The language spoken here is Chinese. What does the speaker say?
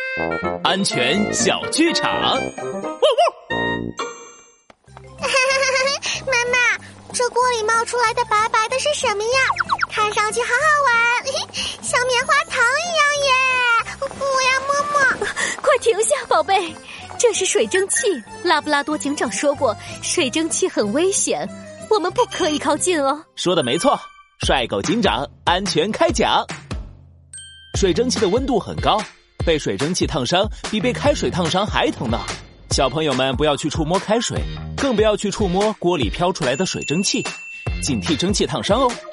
安全小剧场。汪妈妈，这锅里冒出来的白白的是什么呀？看上去好好玩，像棉花糖一样耶！我要摸摸。 快停下，宝贝，这是水蒸气。拉布拉多警长说过，水蒸气很危险，我们不可以靠近哦。 说的没错，帅狗警长安全开讲。水蒸气的温度很高，被水蒸气烫伤比被开水烫伤还疼呢。小朋友们不要去触摸开水，更不要去触摸锅里飘出来的水蒸气，警惕蒸汽烫伤哦。